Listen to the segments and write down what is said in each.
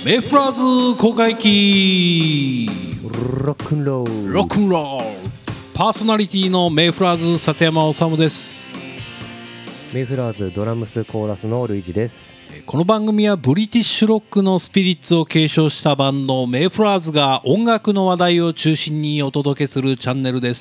メイフラーズ公開期ロックンロールロックンロールパーソナリティのメイフラーズ里山治です。 メイフラーズドラムスコーラスのルイジです。 この番組はブリティッシュロックのスピリッツを継承したバンドメイフラーズが音楽の話題を中心にお届けするチャンネルです。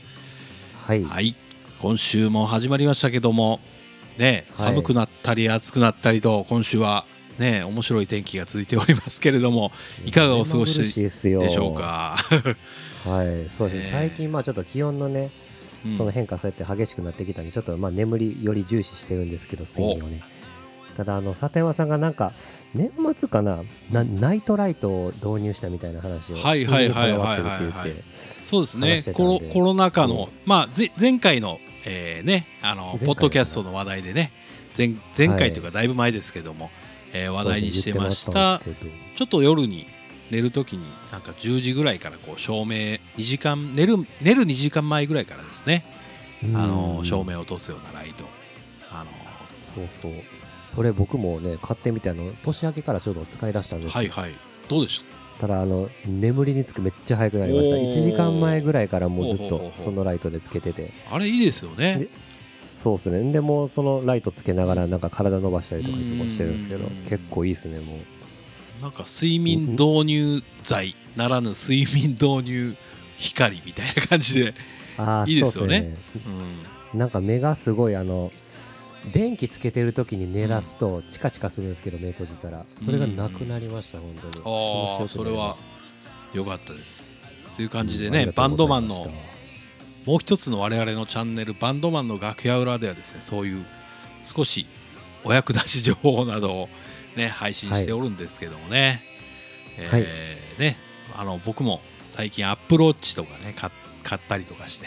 はい、 はい、今週も始まりましたけどもね、寒くなったり暑くなったりと今週はね、面白い天気が続いておりますけれども、いかがお過ごしでしょうか。 はい、そうですね、最近ちょっと気温のね、その変化そうやって激しくなってきたんで、ちょっと眠りより重視してるんですけど、睡眠をね。ただ里山さんがなんか年末かな、ナイトライトを導入したみたいな話をはいはいはいはいはい、そうですね、コロナ禍の前回のね、ポッドキャストの話題でね、前回というかだいぶ前ですけども、話題にしてました。ちょっと夜に寝るときになんか10時ぐらいからこう照明2時間寝る2時間前ぐらいからですね、照明を落とすようなライト、 そうそれ僕もね買ってみて年明けからちょうど使い出したんですよ。 はいはい、どうでした？ ただ眠りにつくめっちゃ早くなりました。1時間前ぐらいからもうずっとそのライトでつけてて、 あれいいですよね。 そうですね。でもそのライトつけながらなんか体伸ばしたりとかいつもしてるんですけど、結構いいですね。もうなんか睡眠導入剤ならぬ睡眠導入光みたいな感じでいいですよね。 なんか目がすごい電気つけてる時に寝らすとチカチカするんですけど、目閉じたらそれがなくなりました。本当に気持ちよくなります。 それは良かったです。という感じでね、バンドマンのもう一つの我々のチャンネルバンドマンの楽屋裏ではですね、そういう少しお役立ち情報などをね配信しておるんですけどもね、ね、僕も最近アップルウォッチとかね買ったりとかして、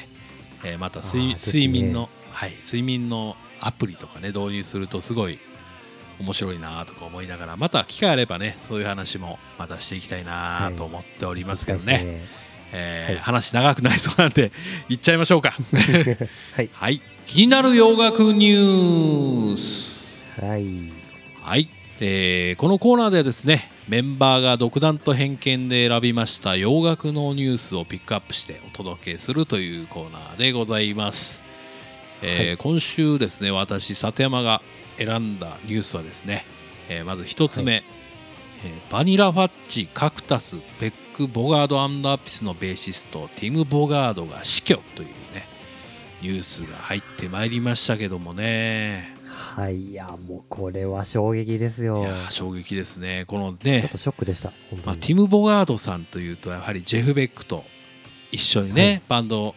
また睡眠のアプリとかね導入するとすごい面白いなとか思いながら、また機会あればねそういう話もまたしていきたいなと思っておりますけどね。話長くなりそうなんでいっちゃいましょうか。はい、はい、気になる洋楽ニュース。 はい、 はい、このコーナーではですね、メンバーが独断と偏見で選びました洋楽のニュースをピックアップしてお届けするというコーナーでございます。今週ですね、私里山が選んだニュースはですね、まず一つ目、バニラファッジ、カクタス、ベック・ボガード&アピスのベーシストティム・ボガードが死去というねニュースが入ってまいりましたけどもね。 はい、いやもうこれは衝撃ですよ。 いや衝撃ですね。このねちょっとショックでした本当に。 ティム・ボガードさんというとやはりジェフ・ベックと一緒にね、バンド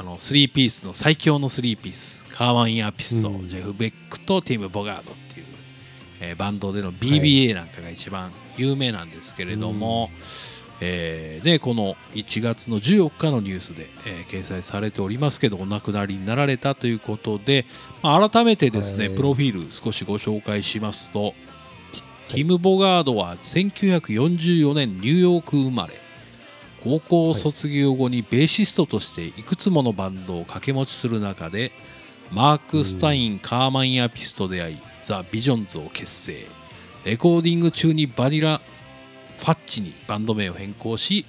3ピースの最強の3ピースカーマン・アピスと、ジェフ・ベックとティム・ボガードっていうバンドでの BBA なんかが一番有名なんですけれども、この1月の14日のニュースで、掲載されておりますけどお亡くなりになられたということで、改めてですね、プロフィール少しご紹介しますと、ティム・ボガードは1944年ニューヨーク生まれ、高校卒業後にベーシストとしていくつものバンドを掛け持ちする中でマーク・スタイン、カーマン・アピスと出会いザ・ビジョンズを結成。レコーディング中にバニラファッチにバンド名を変更し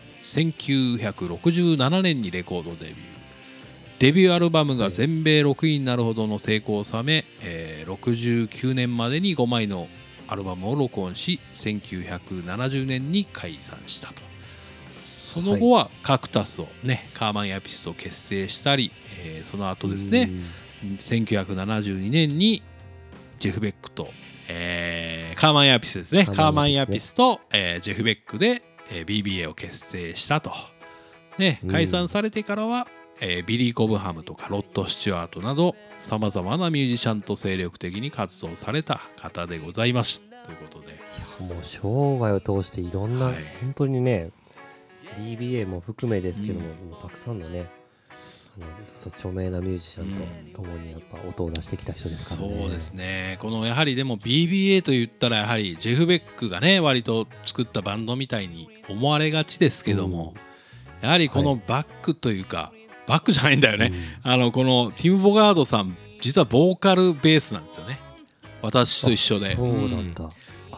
1967年にレコードデビューアルバムが全米6位になるほどの成功を収め、69年までに5枚のアルバムを録音し1970年に解散したと。その後はカクタスをねカーマン・アピスと結成したり、その後ですね1972年にジェフ・ベックと、カーマン・アピスですね、カーマン・アピスと、ジェフ・ベックで、BBA を結成したと、解散されてからは、ビリー・コブハムとかロッド・スチュアートなどさまざまなミュージシャンと精力的に活動された方でございますということで、 いやもう生涯を通していろんな、本当にね BBA も含めですけども、もうたくさんのね著名なミュージシャンと共にやっぱ音を出してきた人ですからね。 そうですね。このやはりでも BBA と言ったらやはりジェフ・ベックがね割と作ったバンドみたいに思われがちですけども、やはりこのバックというか、バックじゃないんだよね、このティム・ボガードさん実はボーカルベースなんですよね。私と一緒で。 そうだった、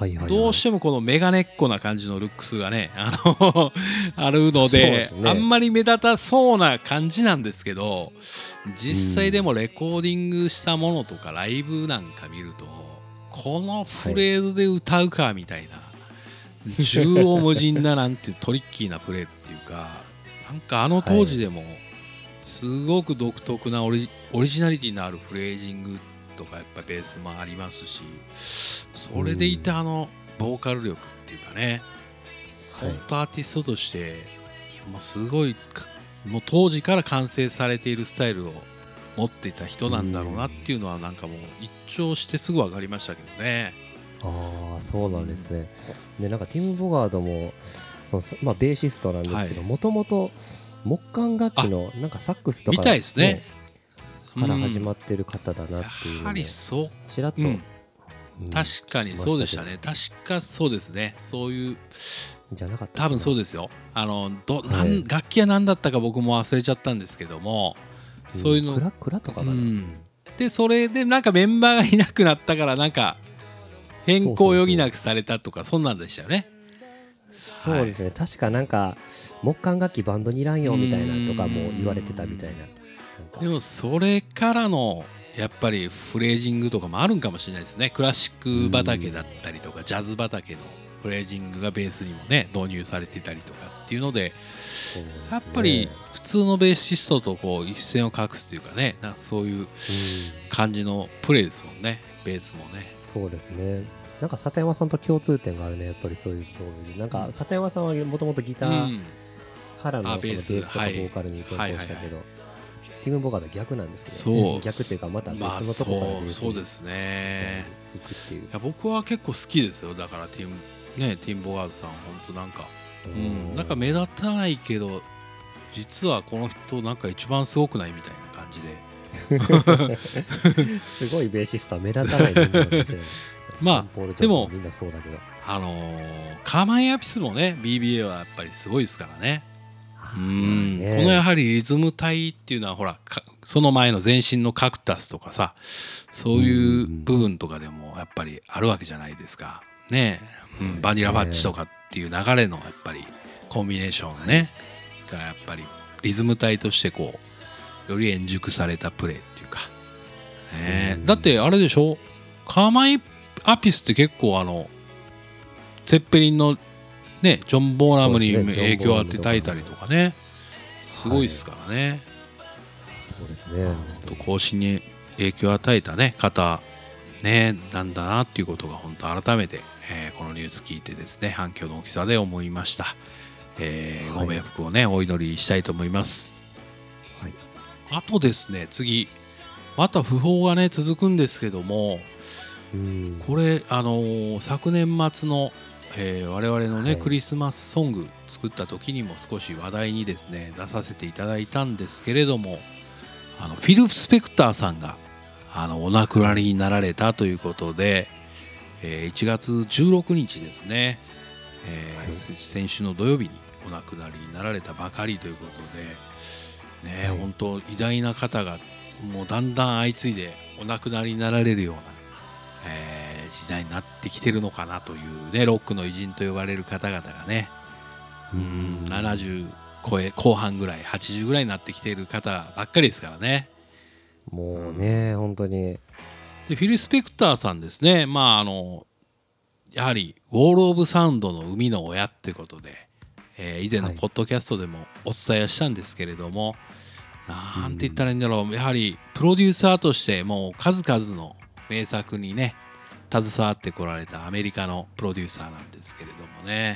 はいはいはい、 どうしてもこのメガネっ子な感じのルックスがねあるので、 そうですね、 あんまり目立たそうな感じなんですけど、実際でもレコーディングしたものとかライブなんか見ると、このフレーズで歌うかみたいな、縦横無尽ななんていうトリッキーなプレーっていうか、なんか当時でもすごく独特なオリジナリティのあるフレージングとかやっぱベースもありますし、それでいてボーカル力っていうかね、本当アーティストとしてもうすごい、もう当時から完成されているスタイルを持っていた人なんだろうなっていうのはなんかもう一聴してすぐ分かりましたけどね。 ああ、そうなんですね。でなんかティム・ボガードもベーシストなんですけど、もともと木管楽器のなんかサックスとか、 みたいですね、 から始まってる方だなっていうのをちらっと、 確かにそうでしたね。確かそうですね。そういうじゃなかったかな、 多分そうですよ。楽器は何だったか僕も忘れちゃったんですけども、そういうの蔵とかかな、 でそれでなんかメンバーがいなくなったからなんか変更を余儀なくされたとか、そんなんでしたよね。 そうですね、確かなんか木管楽器バンドにいらんよみたいなとかも言われてたみたいな。 でもそれからのやっぱりフレージングとかもあるんかもしれないですね。クラシック畑だったりとかジャズ畑のフレージングがベースにもね導入されてたりとかっていうので、やっぱり普通のベーシストとこう一線を画すというかね、そういう感じのプレーですもんね、ベースもね。 そうですね。なんか里山さんと共通点があるね、やっぱりそういうなんか里山さんはもともとギターからのそのベースとかボーカルに転向したけど、ティム・ボガードは逆なんですね。そう逆っていうかまた別のとこからベースに行くっていう。 いや僕は結構好きですよ。だからティム・ボガードさん本当なんか、なんか目立たないけど実はこの人なんか一番すごくないみたいな感じですごいベーシストは目立たない人間かもしれない。 まあでもみんなそうだけど、 カーマン・アピスもね BBA はやっぱりすごいですからね。このやはりリズム体っていうのはほらその前の前身のカクタスとかさ、そういう部分とかでもやっぱりあるわけじゃないですかね。バニラファッチとかっていう流れのやっぱりコンビネーションねがやっぱりリズム体としてこうより円熟されたプレーっていうか、だってあれでしょ、カーマン・アピスって結構ゼッペリンのね、ジョン・ボーナムに影響を与えたりとかね、すごいですからね。 そうですね。 後進に影響を与えたね方ねなんだなっていうことが本当改めて、このニュース聞いてですね反響の大きさで思いました。ご冥福をねお祈りしたいと思います。あとですね、次また訃報がね続くんですけども、これ昨年末の我々のね、クリスマスソング作った時にも少し話題にですね出させていただいたんですけれども、フィル・スペクターさんがお亡くなりになられたということで、1月16日ですね、先週の土曜日にお亡くなりになられたばかりということでね、本当偉大な方がもうだんだん相次いでお亡くなりになられるような時代になってきてるのかなというね、ロックの偉人と呼ばれる方々がね、70後半ぐらい80ぐらいになってきている方ばっかりですからね。 もうね、本当にでフィル・スペクターさんですね、やはりウォール・オブ・サウンドの生みの親ということで、以前のポッドキャストでもお伝えしたんですけれども、なんて言ったらいいんだろう、やはりプロデューサーとしてもう数々の名作にね携わってこられたアメリカのプロデューサーなんですけれどもね、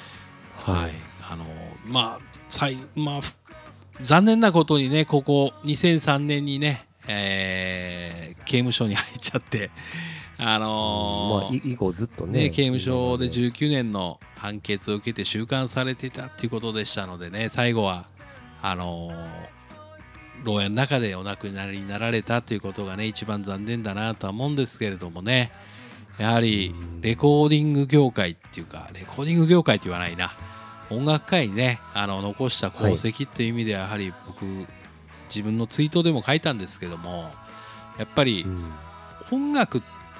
残念なことにねここ2003年にね、刑務所に入っちゃって以降ずっとね刑務所で19年の判決を受けて収監されていたっていうことでしたのでね、最後は牢屋の中でお亡くなりになられたということがね一番残念だなとは思うんですけれどもね、やはりレコーディング業界っていうか、レコーディング業界って言わないな、音楽界にね残した功績っていう意味ではやはり僕自分のツイートでも書いたんですけども、やっぱり音楽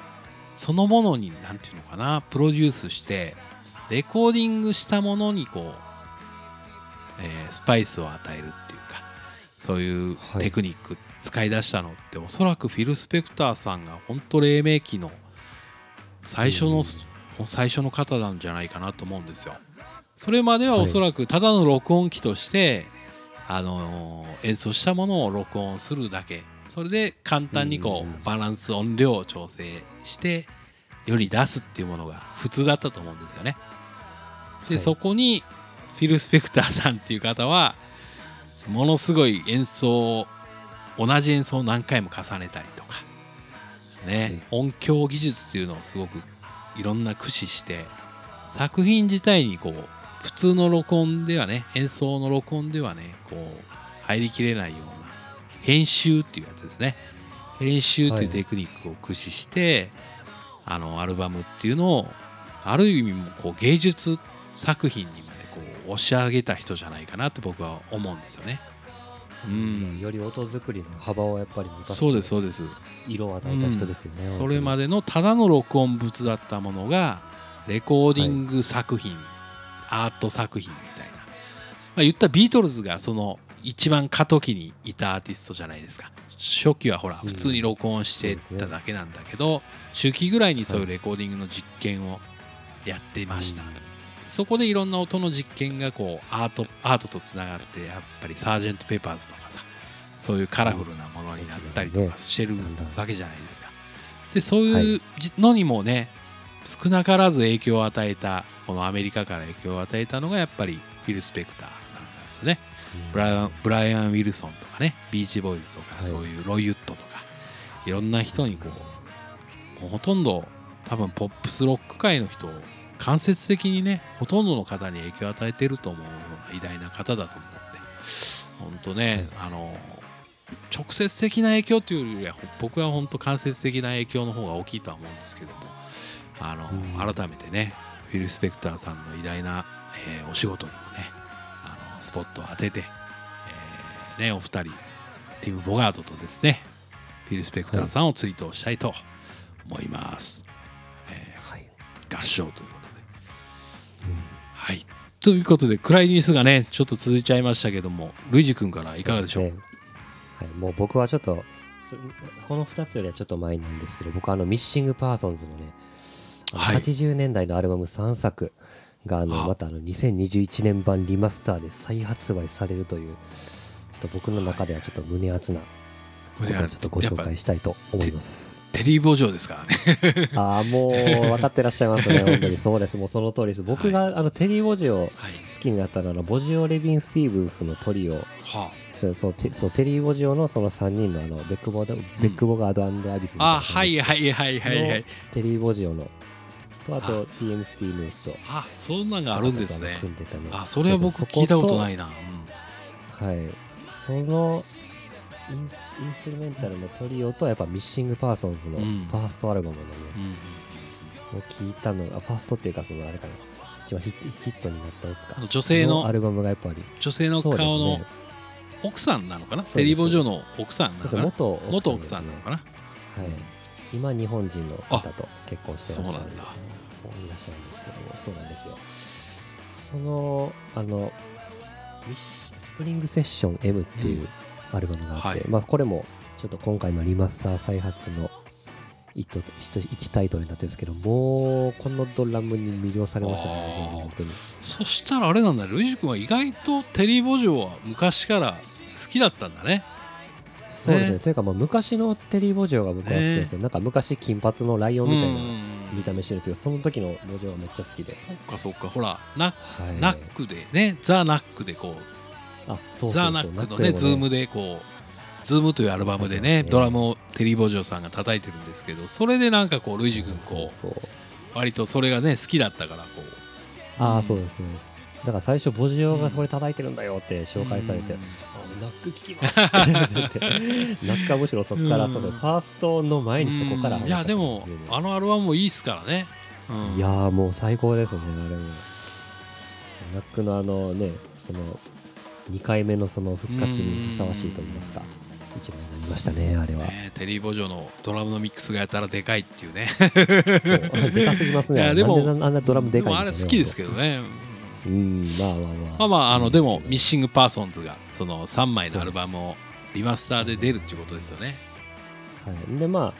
そのものになんていうのかな、プロデュースしてレコーディングしたものにこう、スパイスを与えるっていうか、そういうテクニック使い出したのって、おそらくフィル・スペクターさんが本当黎明期の最初の方なんじゃないかなと思うんですよ。それまではおそらくただの録音機として、演奏したものを録音するだけ、それで簡単にこうバランス音量を調整して世に出すっていうものが普通だったと思うんですよね。で、そこにフィル・スペクターさんっていう方はものすごい同じ演奏を何回も重ねたりとかね、音響技術っていうのをすごくいろんな駆使して作品自体にこう普通の録音ではね、演奏の録音ではねこう入りきれないような編集っていうやつですね。編集というテクニックを駆使して、アルバムっていうのをある意味もこう芸術作品にまでこう押し上げた人じゃないかなって僕は思うんですよね。 より音作りの幅をやっぱり持たせて、 そうですそうです、 色を与えた人ですよね。 それまでのただの録音物だったものがレコーディング作品、アート作品みたいな、言ったらビートルズがその一番過渡期にいたアーティストじゃないですか。初期はほら普通に録音してただけなんだけど、中期ぐらいにそういうレコーディングの実験をやってました。そこでいろんな音の実験がこうアートとつながって、やっぱりサージェント・ペッパーズとかさ、そういうカラフルなものになったりとかしてるわけじゃないですか。でそういうのにもね、少なからず影響を与えた、このアメリカから影響を与えたのがやっぱりフィル・スペクターさんなんですね。ブライアン・ウィルソンとかね、ビーチボーイズとか、そういうロイ・ウッドとかいろんな人にこう、もうほとんど多分ポップスロック界の人を間接的にね、ほとんどの方に影響を与えていると思うような偉大な方だと思うんで、本当ね、直接的な影響というよりは僕は本当間接的な影響の方が大きいとは思うんですけども、改めてねフィル・スペクターさんの偉大な、お仕事にもねスポットを当てて、お二人ティム・ボガードとですねフィル・スペクターさんを追悼したいと思います。合唱ということで、はい、ということで暗いニュースがねちょっと続いちゃいましたけども、ルイジ君からいかがでしょう。 もう僕はちょっとこの2つよりはちょっと前なんですけど、僕はミッシングパーソンズのね、80年代のアルバム3作がまた2021年版リマスターで再発売されるという、ちょっと僕の中ではちょっと胸熱なことをちょっとご紹介したいと思います。 テリー・ボジョーですからねもう分かってらっしゃいますね本当にそうです、もうその通りです。僕がテリー・ボジョー好きになったのはボジオ・レビン・スティーブンスのトリオ、そうテリー・ボジョーのその3人のベック・ボガード&アビスみたいなのテリー・ボジョーのと、あと TM スティーブンスと、 そんなんがあるんですね。 組んでたね。 それは僕聞いたことないな。 そのインストゥルメンタルのトリオとやっぱミッシングパーソンズのファーストアルバムのね、を聞いたのがファーストっていうか、そのあれかな、一番ヒットになったやつか、 女性のアルバムがやっぱり女性の顔の奥さんなのかな、テリー・ボジョーの奥さんなのかな、元奥さんなのかな、 今日本人の方と結婚してらっしゃる、 そうなんだ、 いらっしゃるんですけども、そうなんですよ。そのスプリングセッション M っていうアルバムがあって、これもちょっと今回のリマスター再発の一タイトルになってるんですけど、もうこのドラムに魅了されましたね、本当に。 そしたらあれなんだね、ルイジ君は意外とテリー・ボジョーは昔から好きだったんだね。 そうですね、というか昔のテリー・ボジョーが僕は好きですね。なんか昔金髪のライオンみたいな見た目してるんですけど、その時のボジョーはめっちゃ好きで。 そっかほらナックでね、ザ・ナックでこう、ザ・ナックのねズームでこう、ズームというアルバムでねドラムをテリー・ボジョーさんが叩いてるんですけど、それでなんかこうルイジ君こう割とそれがね好きだったからこう、 そうですだから最初ボジョーがこれ叩いてるんだよって紹介されて、ナック聞きますって言ってナックはむしろそこからファーストの前にそこから、 いやでもアルバムもいいっすからね。 いやもう最高ですね、あれも。ナックのその2回目のその復活にふさわしいと言いますか。 一枚になりましたねあれは、 テリー・ボジョのドラムのミックスがやったらでかいっていうねそうでかすぎますね。 いやでもなんであんなドラムでかいんあれですよね。 好きですけどね。 まあでもミッシング・パーソンズがその3枚のアルバムをリマスターで出るっていうことですよね。 はい、でまあ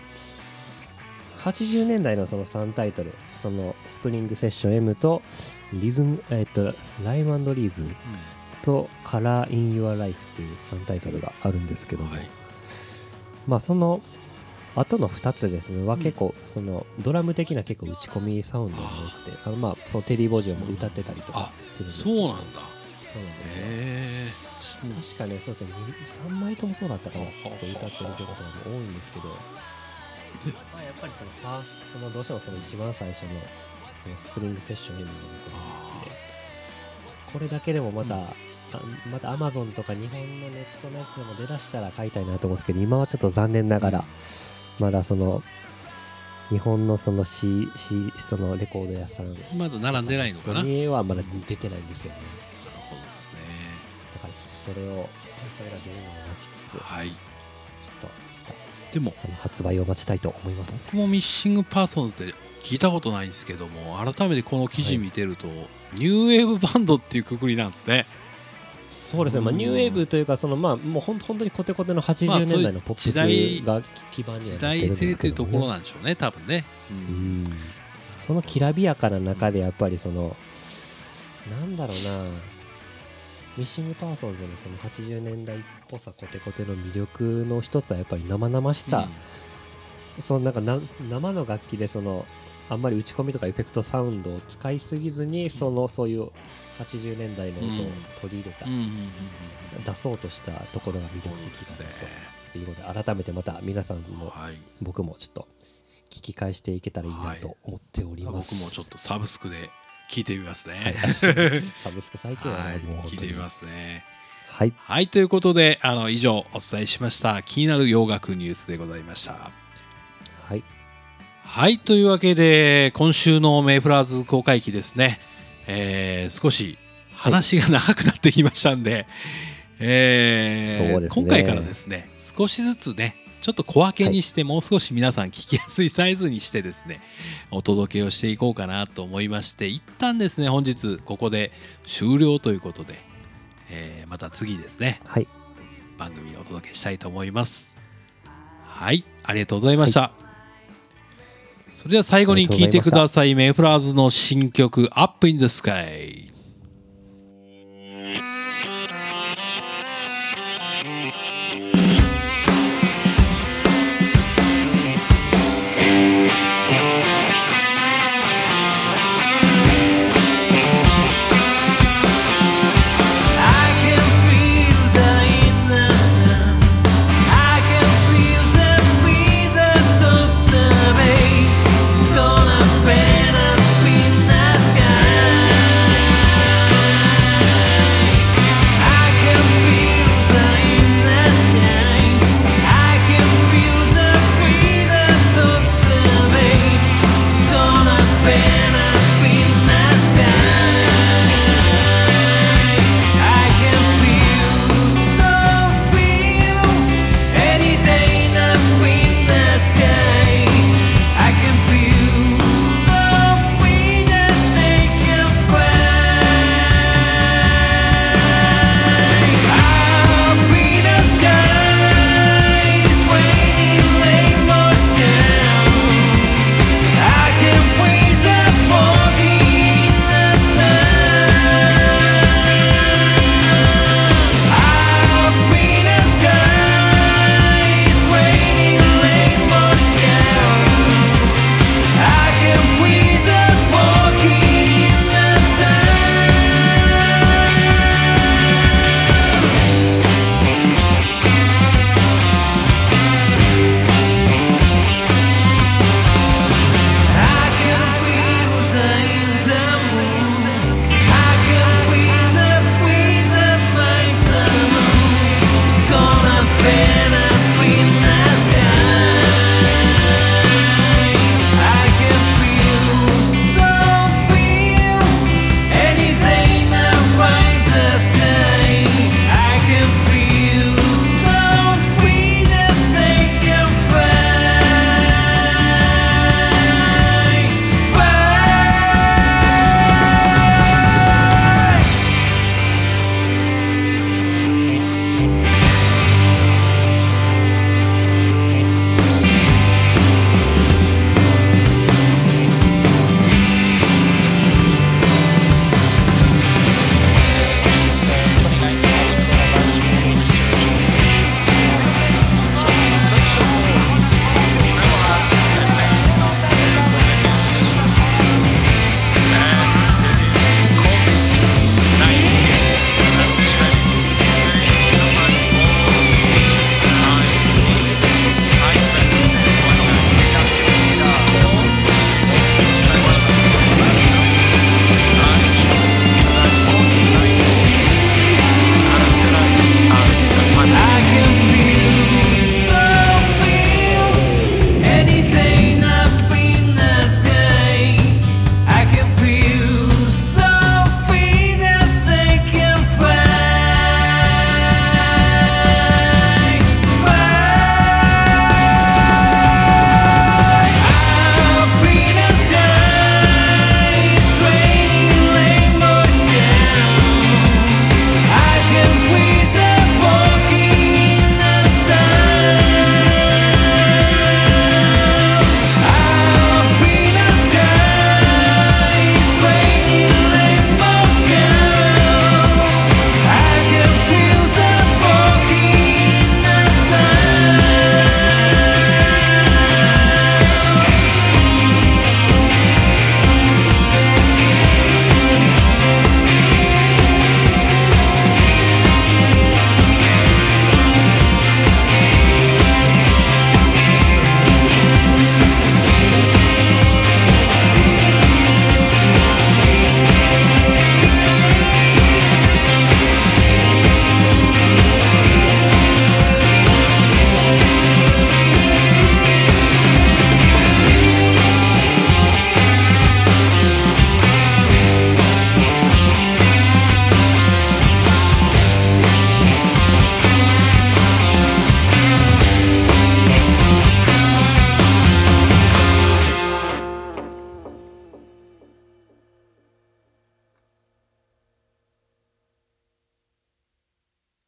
80年代のその3タイトル、そのスプリングセッション M とリズム、ライム&リーズとカラー・イン・ユア・ライフっていう3タイトルがあるんですけども、まあその後の2つですねは結構そのドラム的な結構打ち込みサウンドが多くて、まあそのテリー・ボジョも歌ってたりとかするんですけど、 そうなんだ。 そうなんですよ。確かね、そうですね、3枚ともそうだったかな、歌ってるということが多いんですけど、まあ、やっぱりそのそのどうしてもその一番最初のそのスプリングセッション M のことが好きで、これだけでもまた、また Amazon とか日本のネットのやつでも出だしたら買いたいなと思うんですけど、今はちょっと残念ながら、まだその日本のそのそのレコード屋さんまだ並んでないのかなにはまだ出てないんですよね。 なるほどですね。 だからちょっとそれが出るのを待ちつつ、 はい、 ちょっとでも発売を待ちたいと思います。 僕もミッシング・パーソンズで聞いたことないんですけども、改めてこの記事見てると、ニューウェーブバンドっていうくくりなんですね。 そうですね、まあ、ニューウェーブというかまあ、もう本当にコテコテの80年代のポップスが基盤にはなってるんですけど、ね、時代性というところなんでしょうね、多分ね。 そのきらびやかな中でやっぱりそのなんだろうな、ミッシング・パーソンズのその80年代っぽさコテコテの魅力の一つはやっぱり生々しさ、そのなんか生の楽器でそのあんまり打ち込みとかエフェクトサウンドを使いすぎずにそういう80年代の音を取り入れた、出そうとしたところが魅力的だなということで、改めてまた皆さんも、僕もちょっと聞き返していけたらいいなと思っております。 僕もちょっとサブスクで聞いてみますね。 サブスク最近はもう聞いてみますね。 はい、 ということで以上お伝えしました気になる洋楽ニュースでございました。はい、というわけで今週のメイフラーズ公開期ですね、少し話が長くなってきましたんで、今回からですね少しずつねちょっと小分けにして、もう少し皆さん聞きやすいサイズにしてですねお届けをしていこうかなと思いまして、一旦ですね本日ここで終了ということで、また次ですね、番組をお届けしたいと思います。はい、ありがとうございました。それでは最後に聴いてください。メイフラーズの新曲 Up in the Sky。